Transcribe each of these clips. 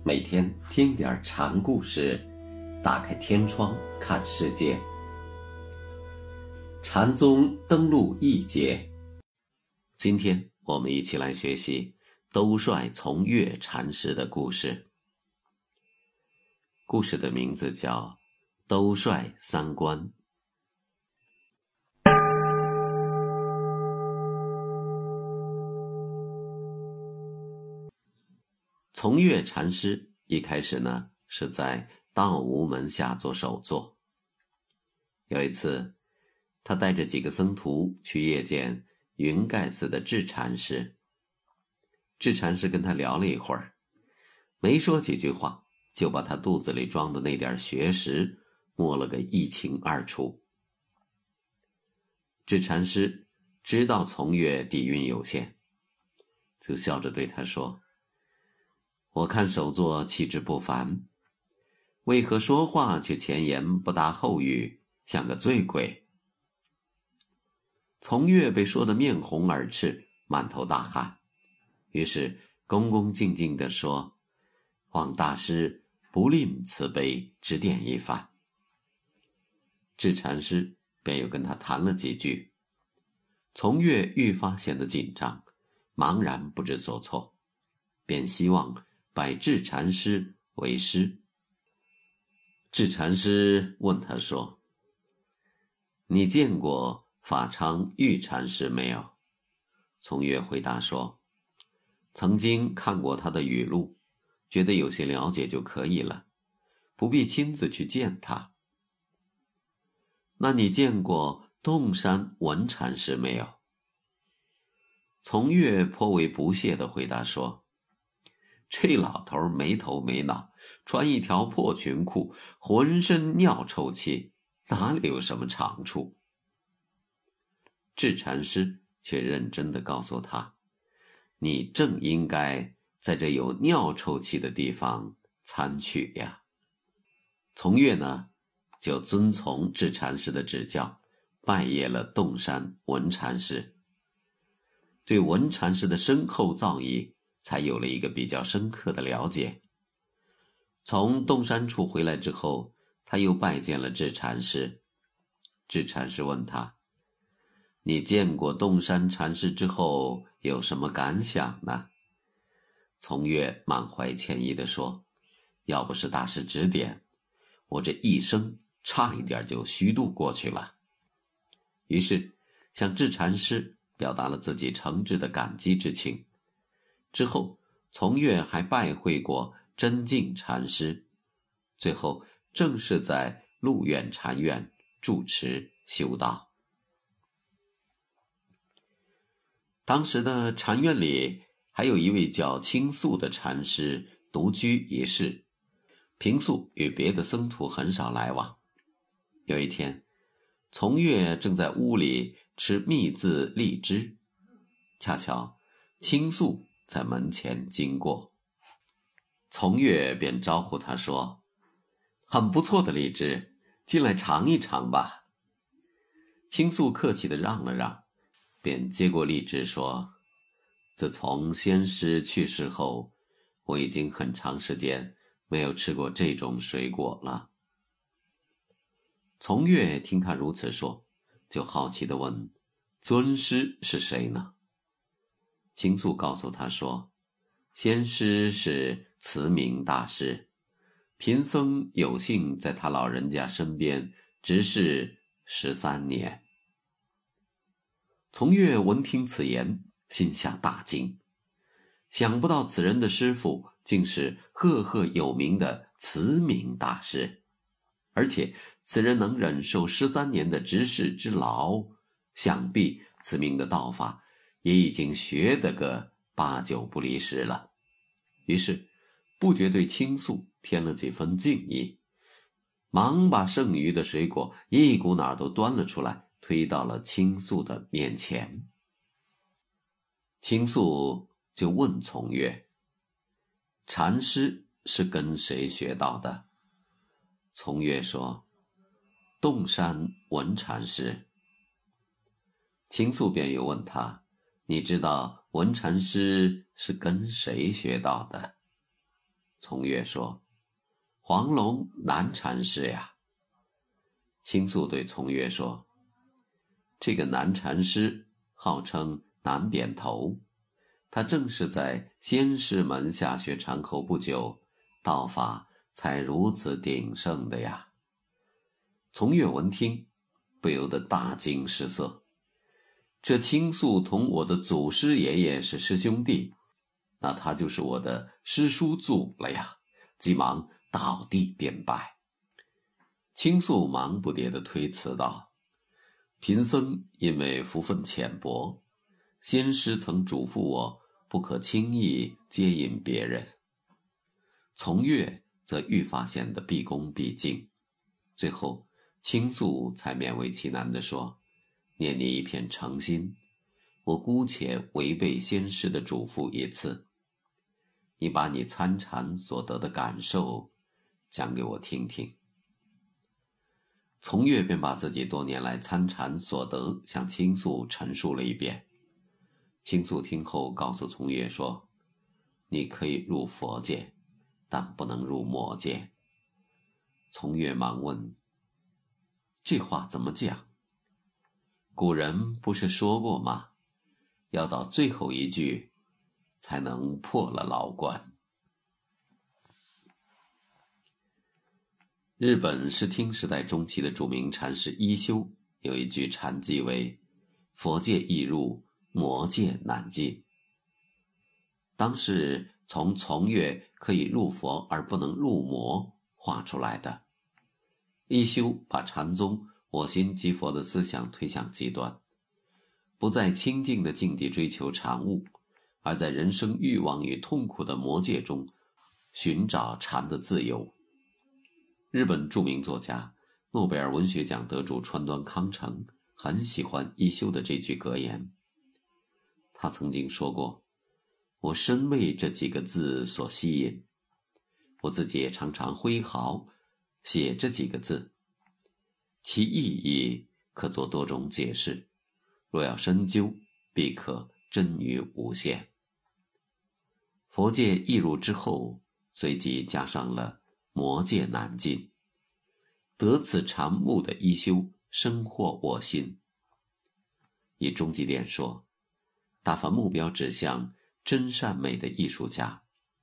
每天听点禅故事，打开天窗看世界。禅宗登陆一节，今天我们一起来学习兜率从岳禅师的故事。故事的名字叫兜率三观。从岳禅师一开始呢，是在道无门下做首座。有一次，他带着几个僧徒去谒见云盖寺的智禅师。智禅师跟他聊了一会儿，没说几句话，就把他肚子里装的那点学识摸了个一清二楚。智禅师知道从岳底蕴有限，就笑着对他说：我看首座气质不凡，为何说话却前言不搭后语，像个醉鬼？从岳被说得面红耳赤，满头大汗，于是恭恭敬敬地说：望大师不吝慈悲，指点一番。智禅师便又跟他谈了几句，从岳愈发显得紧张，茫然不知所措，便希望拜智禅师为师。智禅师问他说：你见过法昌玉禅师没有？从岳回答说：曾经看过他的语录，觉得有些了解就可以了，不必亲自去见他。那你见过洞山文禅师没有？从岳颇为不屑地回答说：这老头没头没脑，穿一条破裙裤，浑身尿臭气，哪里有什么长处？智禅师却认真地告诉他：你正应该在这有尿臭气的地方参取呀。从岳呢，就遵从智禅师的指教，拜谒了洞山文禅师。对文禅师的深厚造诣才有了一个比较深刻的了解。从洞山处回来之后，他又拜见了智禅师。智禅师问他：你见过洞山禅师之后有什么感想呢？从岳满怀歉意地说：要不是大师指点，我这一生差一点就虚度过去了。于是向智禅师表达了自己诚挚的感激之情。之后，从岳还拜会过真净禅师，最后正式在鹿苑禅院住持修道。当时的禅院里还有一位叫青素的禅师独居一室，平素与别的僧徒很少来往。有一天，从岳正在屋里吃蜜渍荔枝，恰巧青素在门前经过，从岳便招呼他说：很不错的荔枝，进来尝一尝吧。青素客气地让了让，便接过荔枝说：自从先师去世后，我已经很长时间没有吃过这种水果了。从岳听他如此说，就好奇地问：尊师是谁呢？青素告诉他说：先师是慈明大师，贫僧有幸在他老人家身边执事13年。从岳闻听此言，心下大惊，想不到此人的师父竟是赫赫有名的慈明大师，而且此人能忍受13年的执事之劳，想必慈明的道法也已经学得个8、9不离10了。于是不觉对青素添了几分敬意，忙把剩余的水果一股脑都端了出来，推到了青素的面前。青素就问从岳：禅师是跟谁学到的？从岳说：洞山文禅师。青素便又问他：你知道文禅师是跟谁学到的？ 从岳说：“黄龙南禅师呀。”倾素对从岳说：“这个南禅师号称南扁头，他正是在仙师门下学禅后不久，道法才如此鼎盛的呀。”从岳闻听，不由得大惊失色。这倾素同我的祖师爷爷是师兄弟，那他就是我的师叔祖了呀，急忙倒地便拜。倾素忙不迭地推辞道：“贫僧因为福分浅薄，先师曾嘱咐我不可轻易接引别人。”从岳则愈发显得毕恭毕敬，最后倾素才勉为其难地说：“念你一片诚心，我姑且违背先师的嘱咐一次。你把你参禅所得的感受讲给我听听。”从岳便把自己多年来参禅所得向倾素陈述了一遍。倾素听后告诉从岳说：“你可以入佛界，但不能入魔界。”从岳忙问：“这话怎么讲？古人不是说过吗？要到最后一句才能破了牢关。”日本室町时代中期的著名禅师一休有一句禅偈为：“佛界易入，魔界难进。”当是从岳可以入佛而不能入魔画出来的。一休把禅宗我心即佛的思想推向极端，不在清净的境地追求禅悟，而在人生欲望与痛苦的魔界中寻找禅的自由。日本著名作家、诺贝尔文学奖得主川端康成很喜欢一休的这句格言。他曾经说过：“我深为这几个字所吸引，我自己也常常挥毫写这几个字，其意义可做多种解释，若要深究，必可臻于无限。”佛界易入之后，随即加上了魔界难进。得此禅悟的一休深获我心。以终极点说，大凡目标指向真善美的艺术家。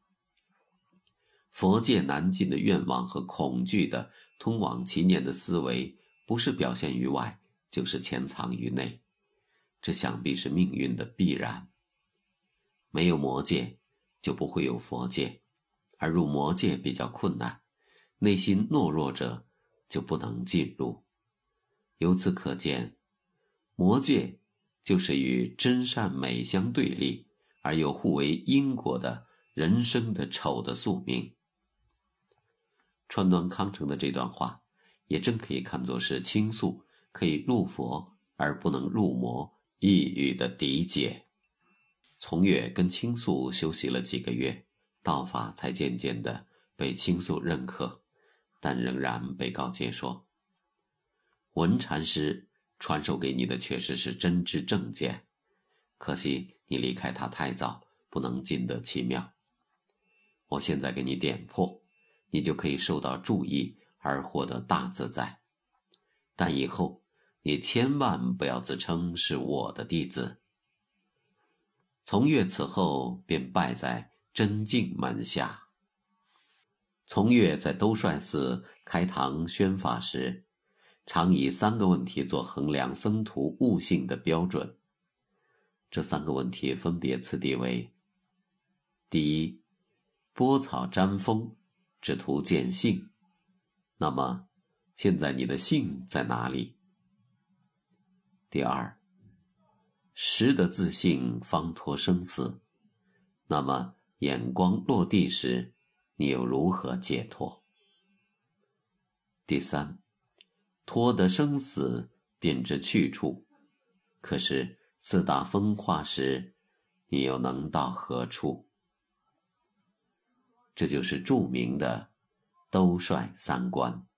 佛界难进的愿望和恐惧的通往其念的思维，不是表现于外，就是潜藏于内。这想必是命运的必然。没有魔界，就不会有佛界，而入魔界比较困难，内心懦弱者就不能进入。由此可见，魔界就是与真善美相对立，而又互为因果的人生的丑的宿命。川端康成的这段话，也正可以看作是倾诉可以入佛而不能入魔一语的理解。从岳跟倾诉修习了几个月，道法才渐渐的被倾诉认可，但仍然被告诫说：“文禅师传授给你的确实是真知正见，可惜你离开他太早，不能尽得其妙。我现在给你点破，你就可以受到注意而获得大自在。但以后你千万不要自称是我的弟子。”从岳此后便拜在真净门下。从岳在兜率寺开堂宣法时，常以3个问题做衡量僧徒悟性的标准。这3个问题分别次第为：第一，拨草沾风，只图见性，那么现在你的性在哪里？第二，识得自性方脱生死，那么眼光落地时，你又如何解脱？第三，脱得生死便知去处，可是四大风化时，你又能到何处？这就是著名的兜率3观。